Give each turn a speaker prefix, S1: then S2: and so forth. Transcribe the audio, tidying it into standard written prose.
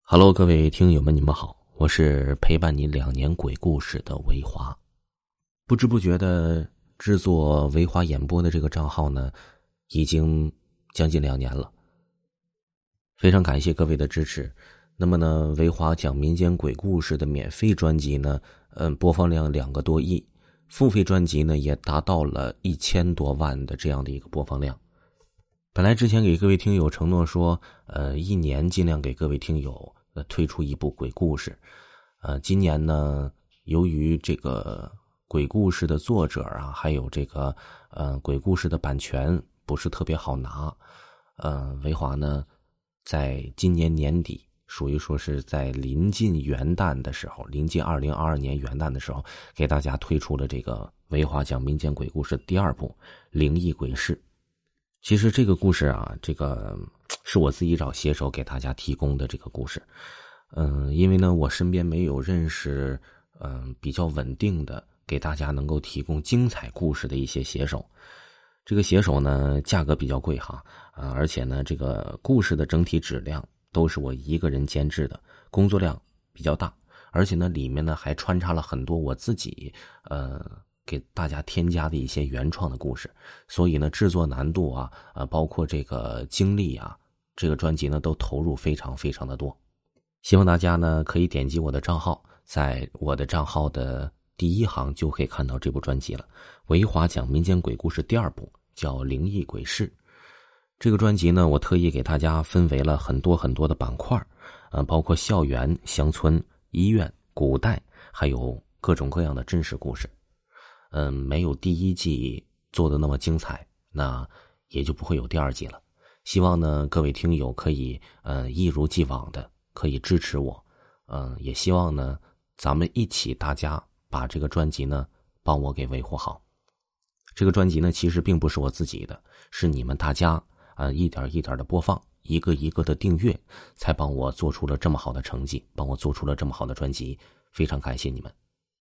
S1: Hello，各位听友们，你们好，我是陪伴你2年鬼故事的维华。不知不觉的制作维华演播的这个账号呢，已经将近2年了，非常感谢各位的支持。那么呢，维华讲民间鬼故事的免费专辑呢，播放量2个多亿，付费专辑呢也达到了1000多万的这样的一个播放量。本来之前给各位听友承诺说，1年尽量给各位听友推出一部鬼故事。今年呢，由于这个鬼故事的作者啊，还有这个鬼故事的版权不是特别好拿，维华呢在今年年底，属于说是在临近元旦的时候，临近2022年元旦的时候，给大家推出了这个维华讲民间鬼故事第2部《灵异鬼事》。其实这个故事啊，这个是我自己找写手给大家提供的这个故事。因为呢，我身边没有认识比较稳定的给大家能够提供精彩故事的一些写手。这个写手呢，价格比较贵哈，而且呢，这个故事的整体质量都是我一个人监制的，工作量比较大，而且呢，里面呢还穿插了很多我自己给大家添加的一些原创的故事，所以呢，制作难度啊，包括这个精力啊，这个专辑呢都投入非常非常的多。希望大家呢可以点击我的账号，在我的账号的第1行就可以看到这部专辑了。维华讲民间鬼故事第2部叫《灵异鬼事》。这个专辑呢，我特意给大家分为了很多很多的板块，包括校园、乡村、医院、古代，还有各种各样的真实故事。没有第1季做的那么精彩，那也就不会有第2季了。希望呢，各位听友可以一如既往的可以支持我，也希望呢，咱们一起大家把这个专辑呢帮我给维护好。这个专辑呢，其实并不是我自己的，是你们大家一点一点的播放，一个一个的订阅，才帮我做出了这么好的成绩，帮我做出了这么好的专辑，非常感谢你们。